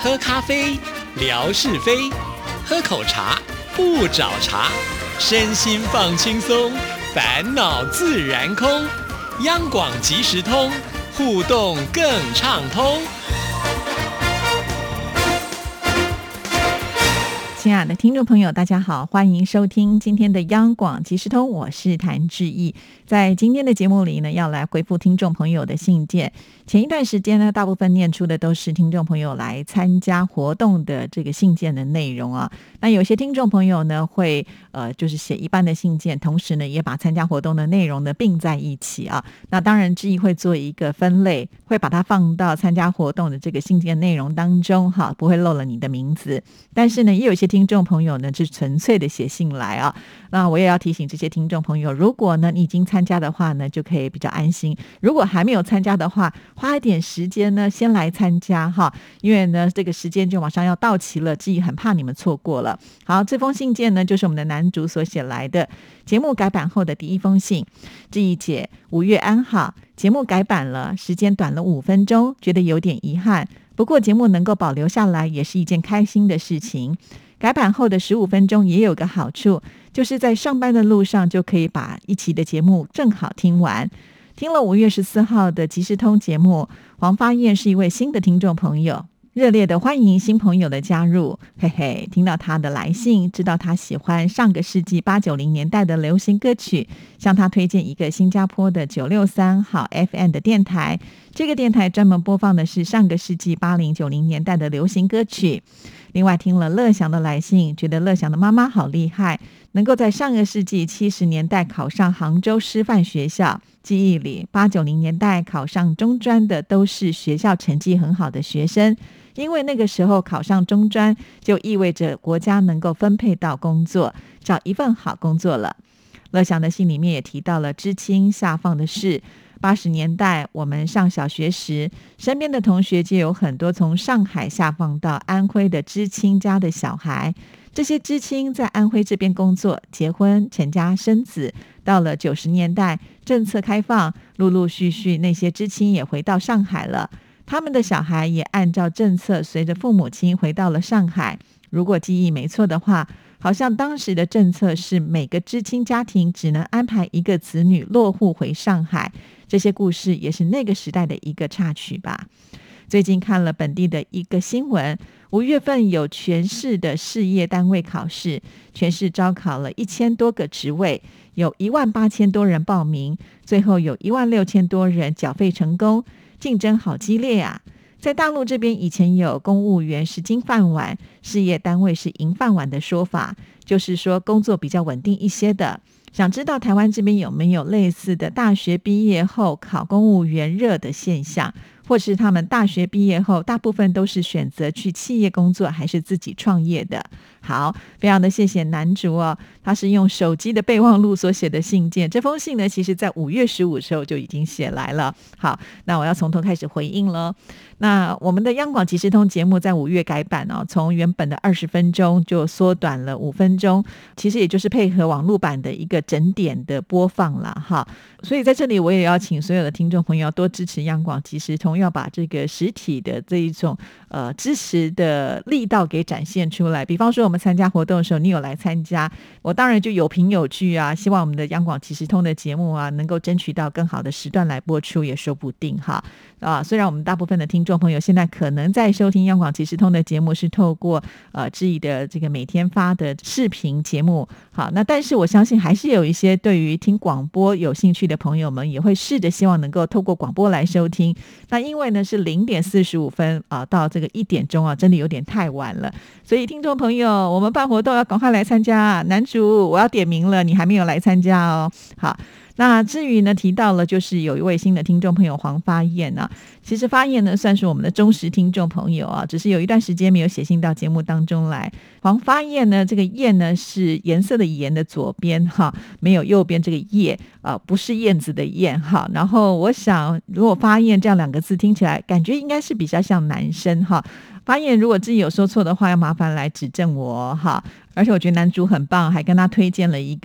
喝咖啡，聊是非；喝口茶，不找茬。身心放轻松，烦恼自然空。央广即时通，互动更畅通。 亲爱的听众朋友大家好，欢迎收听今天的央广即时通，我是谭志毅。在今天的节目里呢，要来回复听众朋友的信件。前一段时间呢，大部分念出的都是听众朋友来参加活动的这个信件的内容啊。那有些听众朋友呢会就是写一般的信件，同时呢也把参加活动的内容呢并在一起啊。那当然志毅会做一个分类，会把它放到参加活动的这个信件内容当中哈，不会漏了你的名字。但是呢也有一些听众朋友呢是纯粹的写信来啊。那我也要提醒这些听众朋友，如果呢你已经参加的话呢，就可以比较安心；如果还没有参加的话，花一点时间呢先来参加哈，因为呢这个时间就马上要到期了，志毅很怕你们错过了。好，这封信件呢就是我们的男主所写来的，节目改版后的第一封信。志毅姐，5月安好，节目改版了，时间短了5分钟，觉得有点遗憾，不过节目能够保留下来也是一件开心的事情。改版后的15分钟也有个好处，就是在上班的路上就可以把一期的节目正好听完。听了5月14号的即时通节目，黄发燕是一位新的听众朋友，热烈的欢迎新朋友的加入，嘿嘿，听到他的来信，知道他喜欢上个世纪80、90年代的流行歌曲，向他推荐一个新加坡的963好 FM 的电台，这个电台专门播放的是上个世纪80、90年代的流行歌曲。另外听了乐祥的来信，觉得乐祥的妈妈好厉害，能够在上个世纪70年代考上杭州师范学校，记忆里80、90年代考上中专的都是学校成绩很好的学生，因为那个时候考上中专就意味着国家能够分配到工作，找一份好工作了。乐祥的信里面也提到了知青下放的事。80年代我们上小学时，身边的同学就有很多从上海下放到安徽的知青家的小孩，这些知青在安徽这边工作、结婚、成家生子。到了90年代政策开放，陆陆续续那些知青也回到上海了，他们的小孩也按照政策随着父母亲回到了上海。如果记忆没错的话，好像当时的政策是每个知青家庭只能安排一个子女落户回上海，这些故事也是那个时代的一个插曲吧。最近看了本地的一个新闻，5月份有全市的事业单位考试，全市招考了1000多个职位，有18000多人报名，最后有16000多人缴费成功，竞争好激烈啊。在大陆这边以前有公务员是金饭碗，事业单位是银饭碗的说法，就是说工作比较稳定一些的。想知道台湾这边有没有类似的大学毕业后考公务员热的现象，或是他们大学毕业后大部分都是选择去企业工作还是自己创业的。好，非常的谢谢男主哦，他是用手机的备忘录所写的信件，这封信呢其实在5月15时候就已经写来了。好，那我要从头开始回应了。那我们的央广即时通节目在5月改版哦，从原本的20分钟就缩短了5分钟，其实也就是配合网络版的一个整点的播放啦哈。所以在这里我也要请所有的听众朋友多支持央广即时通，要把这个实体的这一种支持的力道给展现出来。比方说我们参加活动的时候，你有来参加，我当然就有凭有据啊，希望我们的央广即时通的节目啊能够争取到更好的时段来播出也说不定哈。虽然我们大部分的听众朋友现在可能在收听央广即时通的节目是透过志毅的这个每天发的视频节目，好，那但是我相信还是有一些对于听广播有兴趣的朋友们也会试着希望能够透过广播来收听。那因为呢是0点45分到这个1点钟啊，真的有点太晚了，所以听众朋友，我们办活动要赶快来参加。男主，我要点名了，你还没有来参加哦。好，那至于呢提到了就是有一位新的听众朋友黄发燕啊，其实发燕呢算是我们的忠实听众朋友啊，只是有一段时间没有写信到节目当中来。黄发燕呢，这个燕呢是颜色的颜的左边哈，没有右边这个叶不是燕子的燕哈。然后我想如果发燕这样2个字听起来感觉应该是比较像男生哈。发言如果自己有说错的话，要麻烦来指正我哈。而且我觉得男主很棒，还跟他推荐了一个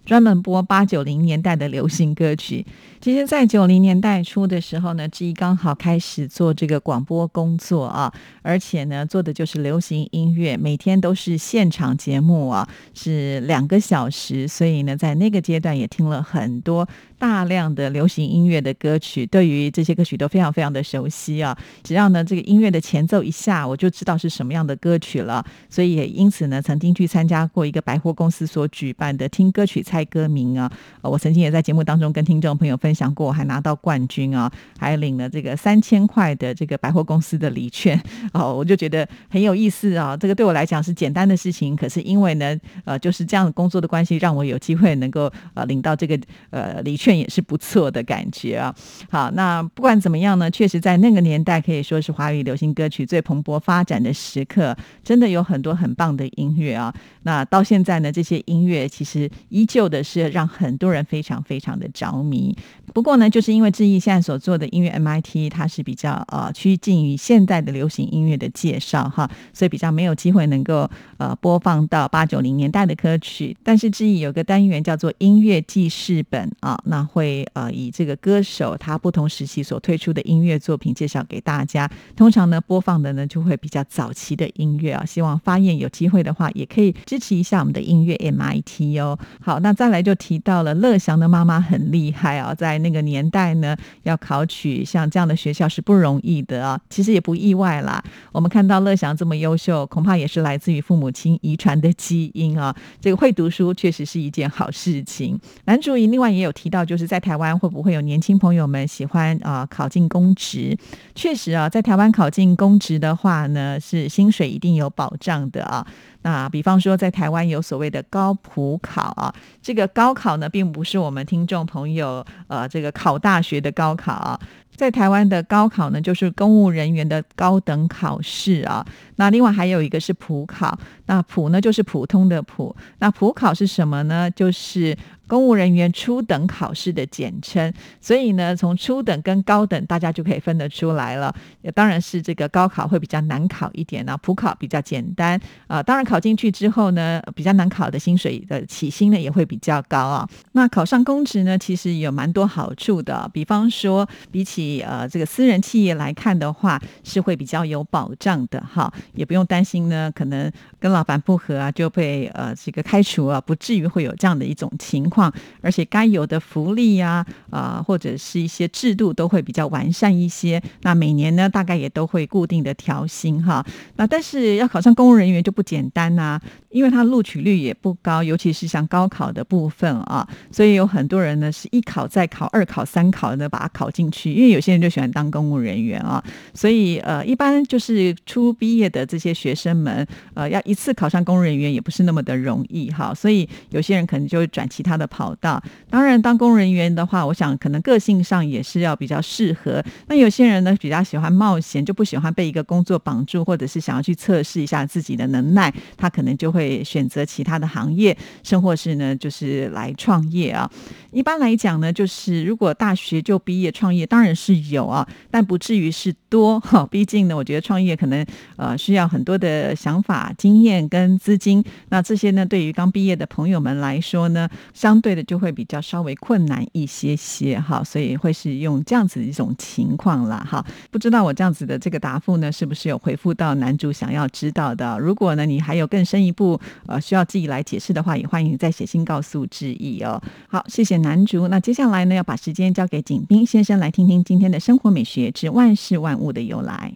专门播80、90年代的流行歌曲。其实在90年代初的时候呢，志毅刚好开始做这个广播工作啊，而且呢做的就是流行音乐，每天都是现场节目啊，是2个小时，所以呢在那个阶段也听了很多大量的流行音乐的歌曲，对于这些歌曲都非常非常的熟悉啊。只要呢这个音乐的前奏一下，我就知道是什么样的歌曲了，所以也因此呢曾经去参加过一个百货公司所举办的听歌曲猜歌名啊。我曾经也在节目当中跟听众朋友分享过，我还拿到冠军啊，还领了这个3000块的这个百货公司的礼券我就觉得很有意思啊。这个对我来讲是简单的事情，可是因为呢就是这样的工作的关系，让我有机会能够领到这个礼券，也是不错的感觉啊。好，那不管怎么样呢，确实在那个年代可以说是华语流行歌曲最蓬勃发展的时刻，真的有很多很棒的音乐啊。那到现在呢，这些音乐其实依旧的是让很多人非常非常的着迷。不过呢，就是因为志毅现在所做的音乐 MIT 它是比较趋近于现代的流行音乐的介绍哈，所以比较没有机会能够播放到80、90年代的歌曲。但是志毅有个单元叫做音乐记事本啊，那会以这个歌手他不同时期所推出的音乐作品介绍给大家。通常呢播放的呢就会比较早期的音乐啊，希望发现有机会的话也可以支持一下我们的音乐 MIT 哦。好，那再来就提到了乐祥的妈妈很厉害啊，在那个年代呢要考取像这样的学校是不容易的啊，其实也不意外啦。我们看到乐祥这么优秀，恐怕也是来自于父母亲遗传的基因啊。这个会读书确实是一件好事情。男主另外也有提到，就是在台湾会不会有年轻朋友们喜欢考进公职。确实啊，在台湾考进公职的话呢，是薪水一定有保障的啊。那比方说在台湾有所谓的高普考啊，这个高考呢并不是我们听众朋友这个考大学的高考啊，在台湾的高考呢就是公务人员的高等考试啊。那另外还有一个是普考，那普呢就是普通的普，那普考是什么呢？就是公务人员初等考试的简称。所以呢从初等跟高等大家就可以分得出来了，当然是这个高考会比较难考一点，普考比较简单当然考进去之后呢，比较难考的薪水的起薪呢也会比较高啊。那考上公职呢其实有蛮多好处的，比方说比起这个私人企业来看的话，是会比较有保障的哈，也不用担心呢可能跟老板不合啊就被这个开除啊，不至于会有这样的一种情况。而且该有的福利啊或者是一些制度都会比较完善一些，那每年呢大概也都会固定的调薪哈。那但是要考上公务人员就不简单啊，因为它录取率也不高，尤其是像高考的部分啊，所以有很多人呢是一考再考二考三考呢把它考进去，因为有些人就喜欢当公务人员啊，所以一般就是初毕业的这些学生们要一次考上公务人员也不是那么的容易哈，所以有些人可能就会转其他的跑道。当然当公务人员的话，我想可能个性上也是要比较适合。那有些人呢比较喜欢冒险，就不喜欢被一个工作绑住，或者是想要去测试一下自己的能耐，他可能就会选择其他的行业，甚或是呢就是来创业啊。一般来讲呢，就是如果大学就毕业创业当然是有啊，但不至于是多毕竟呢我觉得创业可能需要很多的想法经验跟资金，那这些呢对于刚毕业的朋友们来说呢相对的就会比较稍微困难一些些哈，所以会是用这样子一种情况啦哈。不知道我这样子的这个答复呢是不是有回复到男主想要知道的。如果呢你还有更深一步需要自己来解释的话，也欢迎再写信告诉志毅哦。好，谢谢男主。那接下来呢要把时间交给景斌先生来听听今天的生活美学之万事万物的由来。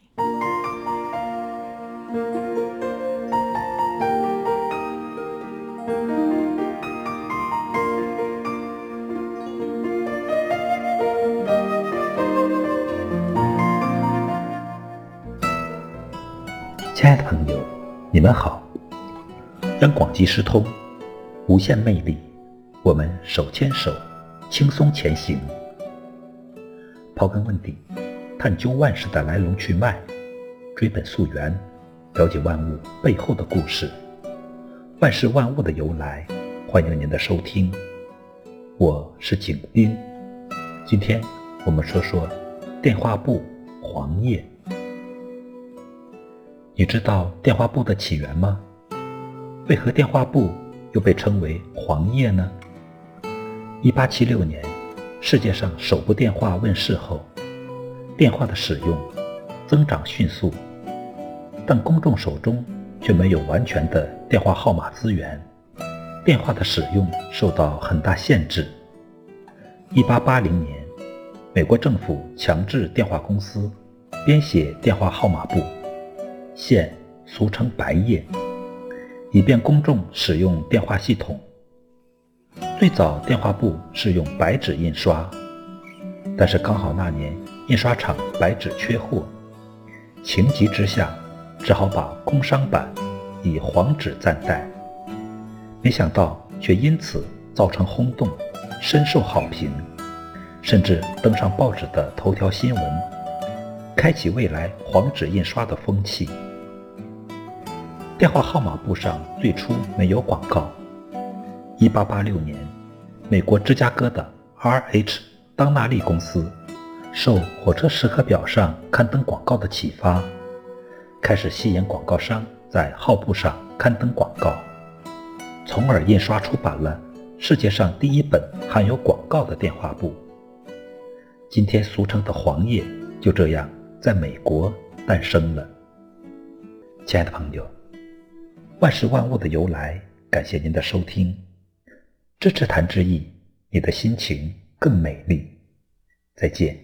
亲爱的朋友，你们好。央广即时通，无限魅力，我们手牵手，轻松前行。刨根问底，探究万事的来龙去脉，追本溯源，了解万物背后的故事。万事万物的由来，欢迎您的收听。我是景斌，今天我们说说电话簿黄页。你知道电话簿的起源吗？为何电话簿又被称为黄页呢？ 1876年，世界上首部电话问世后，电话的使用增长迅速，但公众手中却没有完全的电话号码资源，电话的使用受到很大限制。1880年，美国政府强制电话公司编写电话号码簿，现俗称白页，以便公众使用电话系统。最早电话簿是用白纸印刷，但是刚好那年印刷厂白纸缺货，情急之下只好把工商版以黄纸暂代，没想到却因此造成轰动，深受好评，甚至登上报纸的头条新闻，开启未来黄纸印刷的风气。电话号码簿上最初没有广告。1886年，美国芝加哥的 R.H. 当纳利公司受火车时刻表上刊登广告的启发，开始吸引广告商在号簿上刊登广告，从而印刷出版了世界上第一本含有广告的电话簿。今天俗称的黄页就这样在美国诞生了。亲爱的朋友，万事万物的由来，感谢您的收听。支持谭志毅，你的心情更美丽。再见。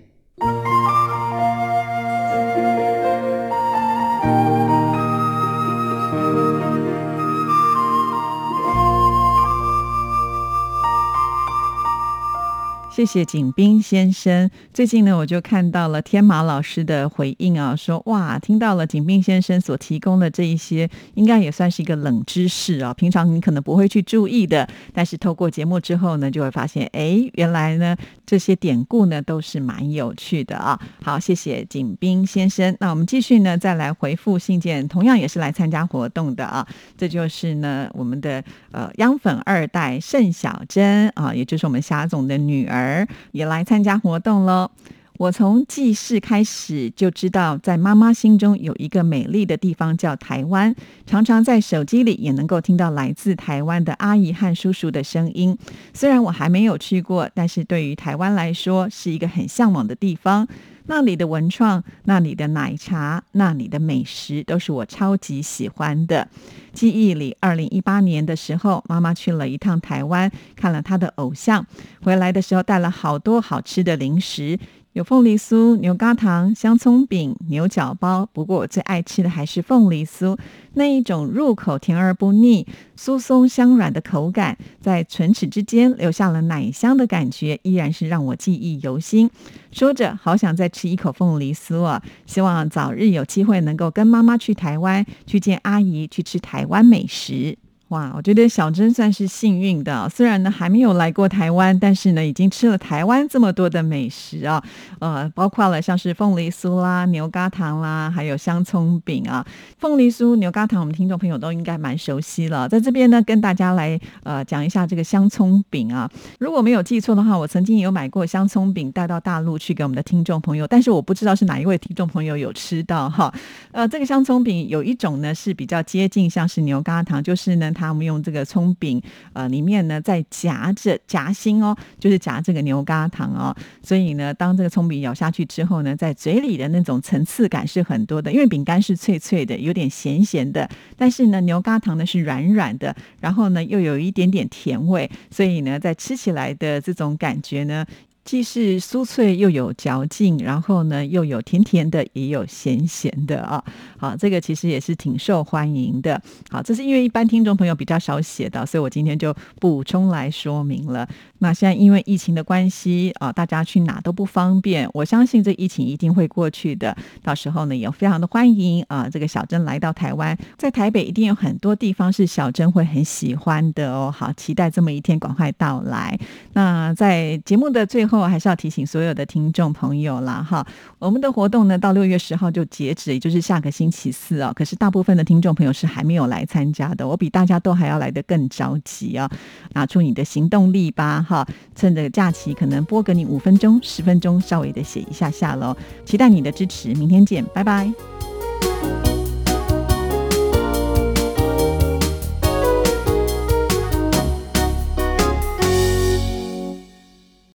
谢谢景斌先生。最近呢，我就看到了天马老师的回应啊，说哇，听到了景斌先生所提供的这一些，应该也算是一个冷知识啊，平常你可能不会去注意的，但是透过节目之后呢，就会发现，原来呢这些典故呢都是蛮有趣的啊。好，谢谢景斌先生。那我们继续呢，再来回复信件，同样也是来参加活动的啊。这就是呢我们的央粉二代盛小珍啊，也就是我们霞总的女儿。也来参加活动了。我从记事开始就知道，在妈妈心中有一个美丽的地方叫台湾，常常在手机里也能够听到来自台湾的阿姨和叔叔的声音。虽然我还没有去过，但是对于台湾来说是一个很向往的地方。那里的文创，那里的奶茶，那里的美食都是我超级喜欢的。记忆里2018年的时候，妈妈去了一趟台湾，看了她的偶像，回来的时候带了好多好吃的零食，有凤梨酥、牛轧糖、香葱饼、牛角包，不过我最爱吃的还是凤梨酥，那一种入口甜而不腻，酥松香软的口感，在唇齿之间留下了奶香的感觉，依然是让我记忆犹新。说着好想再吃一口凤梨酥啊！希望早日有机会能够跟妈妈去台湾，去见阿姨，去吃台湾美食。哇，我觉得小珍算是幸运的，虽然呢还没有来过台湾，但是呢已经吃了台湾这么多的美食啊，包括了像是凤梨酥啦、牛轧糖啦，还有香葱饼啊。凤梨酥、牛轧糖，我们听众朋友都应该蛮熟悉了。在这边呢，跟大家来讲一下这个香葱饼啊。如果没有记错的话，我曾经有买过香葱饼带到大陆去给我们的听众朋友，但是我不知道是哪一位听众朋友有吃到哈。这个香葱饼有一种呢是比较接近像是牛轧糖，就是呢他们用这个葱饼里面呢再夹着夹心哦，就是夹这个牛轧糖哦，所以呢当这个葱饼咬下去之后呢，在嘴里的那种层次感是很多的，因为饼干是脆脆的，有点咸咸的，但是呢牛轧糖呢是软软的，然后呢又有一点点甜味，所以呢在吃起来的这种感觉呢既是酥脆又有嚼劲，然后呢又有甜甜的也有咸咸的啊。好，这个其实也是挺受欢迎的。好，这是因为一般听众朋友比较少写到，所以我今天就补充来说明了。那现在因为疫情的关系啊，大家去哪都不方便，我相信这疫情一定会过去的，到时候呢也非常的欢迎啊这个小珍来到台湾，在台北一定有很多地方是小珍会很喜欢的哦。好，期待这么一天赶快到来。那在节目的最后还是要提醒所有的听众朋友啦哈，我们的活动呢到6月10号就截止，也就是下个星期四哦。可是大部分的听众朋友是还没有来参加的，我比大家都还要来得更着急啊！拿出你的行动力吧哈，趁着假期可能拨个你5分钟10分钟，稍微的写一下下咯。期待你的支持，明天见，拜拜。